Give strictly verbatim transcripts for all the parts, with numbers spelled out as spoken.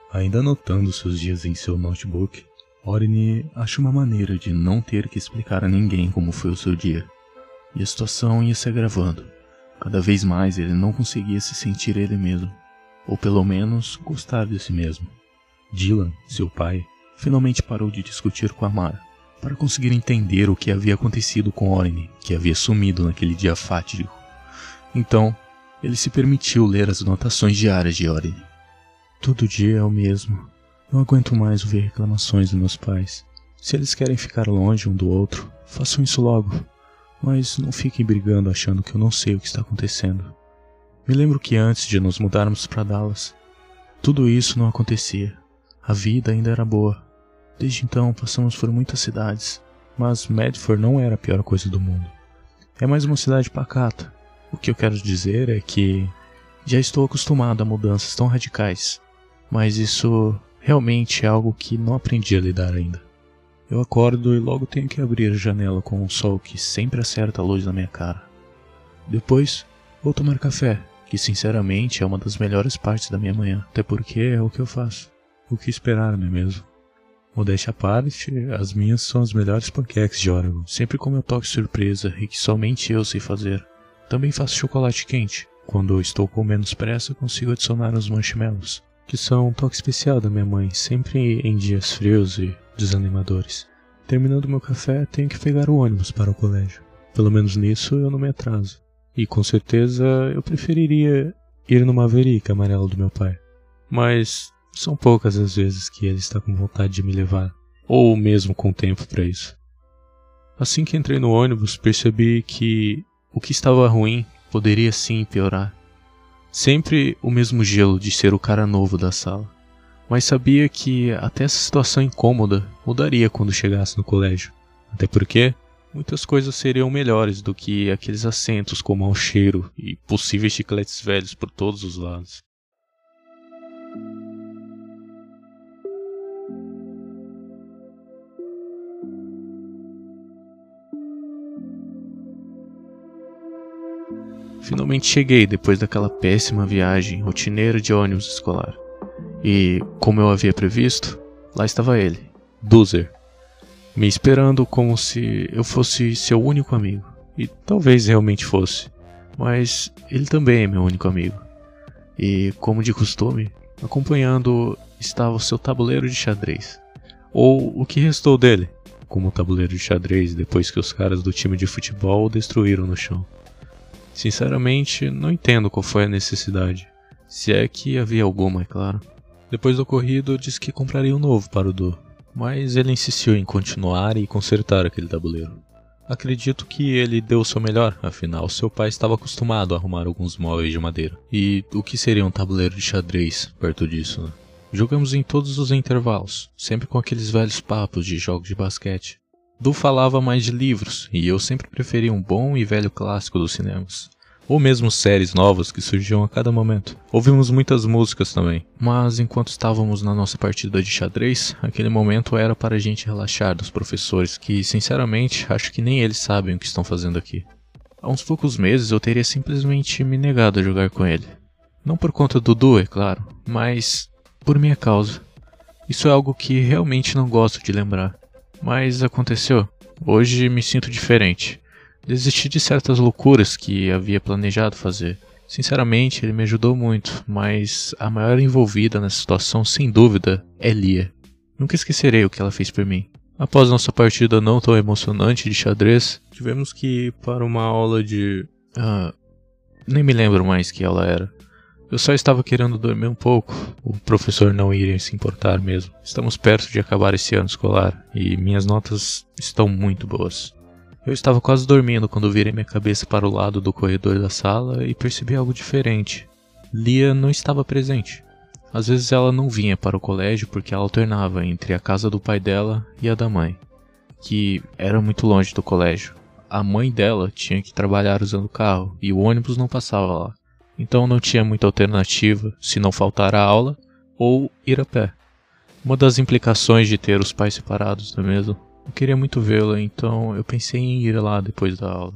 Ainda anotando seus dias em seu notebook, Orne acha uma maneira de não ter que explicar a ninguém como foi o seu dia. E a situação ia se agravando. Cada vez mais ele não conseguia se sentir ele mesmo, ou pelo menos gostar de si mesmo. Dylan, seu pai, finalmente parou de discutir com Amara, para conseguir entender o que havia acontecido com Orne, que havia sumido naquele dia fatídico. Então, ele se permitiu ler as anotações diárias de Orne. Todo dia é o mesmo. Não aguento mais ouvir reclamações dos meus pais. Se eles querem ficar longe um do outro, façam isso logo. Mas não fiquem brigando achando que eu não sei o que está acontecendo. Me lembro que antes de nos mudarmos para Dallas, tudo isso não acontecia. A vida ainda era boa. Desde então passamos por muitas cidades, mas Medford não era a pior coisa do mundo. É mais uma cidade pacata. O que eu quero dizer é que já estou acostumado a mudanças tão radicais, mas isso realmente é algo que não aprendi a lidar ainda. Eu acordo e logo tenho que abrir a janela com um sol que sempre acerta a luz na minha cara. Depois, vou tomar café, que sinceramente é uma das melhores partes da minha manhã, até porque é o que eu faço. O que esperar, não é mesmo? Modéstia à parte, as minhas são as melhores panquecas de Oregon, sempre com meu toque surpresa e que somente eu sei fazer. Também faço chocolate quente. Quando estou com menos pressa, consigo adicionar os marshmallows, que são um toque especial da minha mãe, sempre em dias frios e desanimadores. Terminando meu café, tenho que pegar o ônibus para o colégio. Pelo menos nisso eu não me atraso. E com certeza eu preferiria ir no Maverick amarelo do meu pai. Mas são poucas as vezes que ele está com vontade de me levar, ou mesmo com tempo para isso. Assim que entrei no ônibus, percebi que o que estava ruim poderia sim piorar. Sempre o mesmo gelo de ser o cara novo da sala. Mas sabia que até essa situação incômoda mudaria quando chegasse no colégio. Até porque muitas coisas seriam melhores do que aqueles assentos com mau cheiro e possíveis chicletes velhos por todos os lados. Finalmente cheguei depois daquela péssima viagem rotineira de ônibus escolar. E, como eu havia previsto, lá estava ele, Doozer, me esperando como se eu fosse seu único amigo. E talvez realmente fosse, mas ele também é meu único amigo. E, como de costume, acompanhando estava o seu tabuleiro de xadrez. Ou o que restou dele, como o tabuleiro de xadrez depois que os caras do time de futebol o destruíram no chão. Sinceramente, não entendo qual foi a necessidade, se é que havia alguma, é claro. Depois do ocorrido, disse que compraria um novo para o Du, mas ele insistiu em continuar e consertar aquele tabuleiro. Acredito que ele deu o seu melhor, afinal seu pai estava acostumado a arrumar alguns móveis de madeira. E o que seria um tabuleiro de xadrez perto disso, né? Jogamos em todos os intervalos, sempre com aqueles velhos papos de jogos de basquete. Du falava mais de livros, e eu sempre preferia um bom e velho clássico dos cinemas. Ou mesmo séries novas que surgiam a cada momento. Ouvimos muitas músicas também, mas enquanto estávamos na nossa partida de xadrez, aquele momento era para a gente relaxar dos professores que, sinceramente, acho que nem eles sabem o que estão fazendo aqui. Há uns poucos meses eu teria simplesmente me negado a jogar com ele. Não por conta do Du, é claro, mas por minha causa. Isso é algo que realmente não gosto de lembrar. Mas aconteceu. Hoje me sinto diferente. Desisti de certas loucuras que havia planejado fazer. Sinceramente, ele me ajudou muito, mas a maior envolvida nessa situação, sem dúvida, é Lia. Nunca esquecerei o que ela fez por mim. Após nossa partida não tão emocionante de xadrez, tivemos que ir para uma aula de... Ah, nem me lembro mais que aula era. Eu só estava querendo dormir um pouco. O professor não iria se importar mesmo. Estamos perto de acabar esse ano escolar e minhas notas estão muito boas. Eu estava quase dormindo quando virei minha cabeça para o lado do corredor da sala e percebi algo diferente. Lia não estava presente. Às vezes ela não vinha para o colégio porque ela alternava entre a casa do pai dela e a da mãe, que era muito longe do colégio. A mãe dela tinha que trabalhar usando o carro e o ônibus não passava lá. Então não tinha muita alternativa se não faltar a aula ou ir a pé. Uma das implicações de ter os pais separados, não é mesmo? Eu queria muito vê-la, então eu pensei em ir lá depois da aula.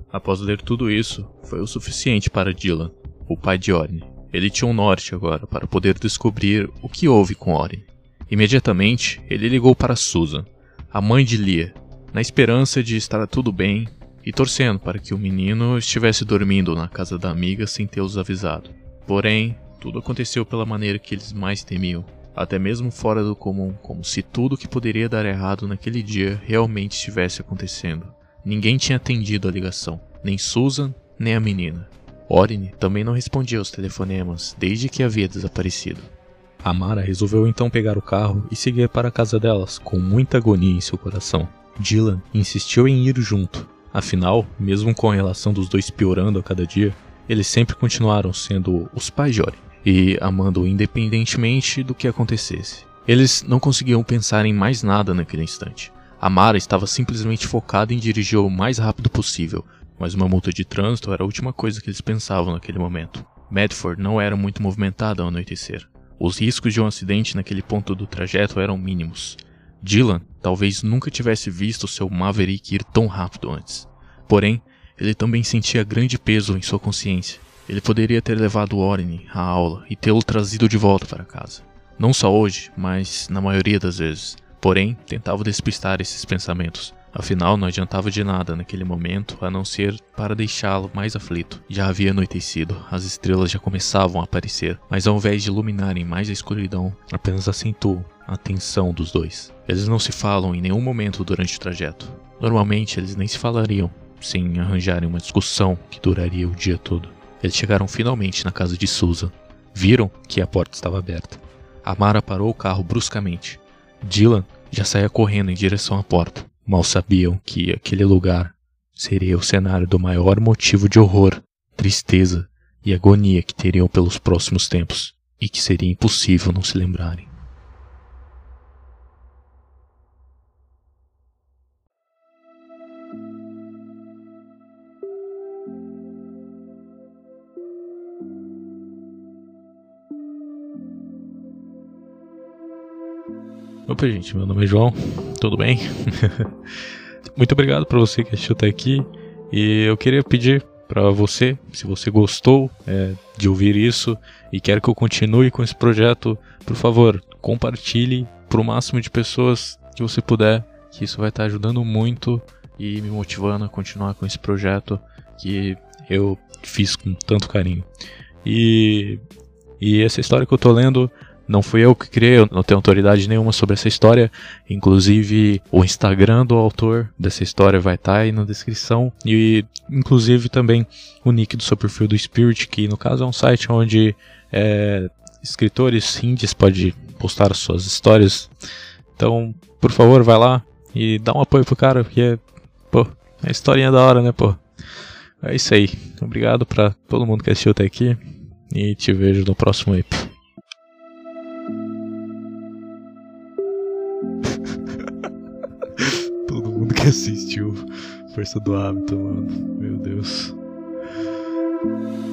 Após ler tudo isso, foi o suficiente para Dylan, o pai de Orne. Ele tinha um norte agora para poder descobrir o que houve com Orne. Imediatamente, ele ligou para Susan, a mãe de Leah, na esperança de estar tudo bem e torcendo para que o menino estivesse dormindo na casa da amiga sem tê-los avisado. Porém, tudo aconteceu pela maneira que eles mais temiam, até mesmo fora do comum, como se tudo que poderia dar errado naquele dia realmente estivesse acontecendo. Ninguém tinha atendido a ligação, nem Susan, nem a menina. Orne também não respondia aos telefonemas desde que havia desaparecido. Amara resolveu então pegar o carro e seguir para a casa delas, com muita agonia em seu coração. Dylan insistiu em ir junto, afinal, mesmo com a relação dos dois piorando a cada dia, eles sempre continuaram sendo os pais de Orne e amando independentemente do que acontecesse. Eles não conseguiam pensar em mais nada naquele instante. Amara estava simplesmente focada em dirigir o mais rápido possível, mas uma multa de trânsito era a última coisa que eles pensavam naquele momento. Medford não era muito movimentada ao anoitecer. Os riscos de um acidente naquele ponto do trajeto eram mínimos. Dylan talvez nunca tivesse visto seu Maverick ir tão rápido antes. Porém, ele também sentia grande peso em sua consciência. Ele poderia ter levado Orne à aula e tê-lo trazido de volta para casa. Não só hoje, mas na maioria das vezes. Porém, tentava despistar esses pensamentos. Afinal, não adiantava de nada naquele momento, a não ser para deixá-lo mais aflito. Já havia anoitecido, as estrelas já começavam a aparecer, mas ao invés de iluminarem mais a escuridão, apenas acentuam a tensão dos dois. Eles não se falam em nenhum momento durante o trajeto. Normalmente, eles nem se falariam, sem arranjarem uma discussão que duraria o dia todo. Eles chegaram finalmente na casa de Susan. Viram que a porta estava aberta. Amara parou o carro bruscamente. Dylan já saía correndo em direção à porta. Mal sabiam que aquele lugar seria o cenário do maior motivo de horror, tristeza e agonia que teriam pelos próximos tempos, e que seria impossível não se lembrarem. Opa, gente, meu nome é João, tudo bem? Muito obrigado para você que assistiu até aqui, e eu queria pedir para você, se você gostou é, de ouvir isso e quer que eu continue com esse projeto, por favor, compartilhe para o máximo de pessoas que você puder, que isso vai estar ajudando muito e me motivando a continuar com esse projeto que eu fiz com tanto carinho. E, e essa história que eu tô lendo não fui eu que criei, eu não tenho autoridade nenhuma sobre essa história. Inclusive, o Instagram do autor dessa história vai estar aí na descrição. E, inclusive, também o nick do seu perfil do Spirit, que no caso é um site onde é, escritores indies podem postar suas histórias. Então, por favor, vai lá e dá um apoio pro cara, porque, pô, a historinha é da hora, né, pô? É isso aí. Obrigado pra todo mundo que assistiu até aqui. E te vejo no próximo ep. Todo mundo que assistiu Força do Hábito, mano. Meu Deus.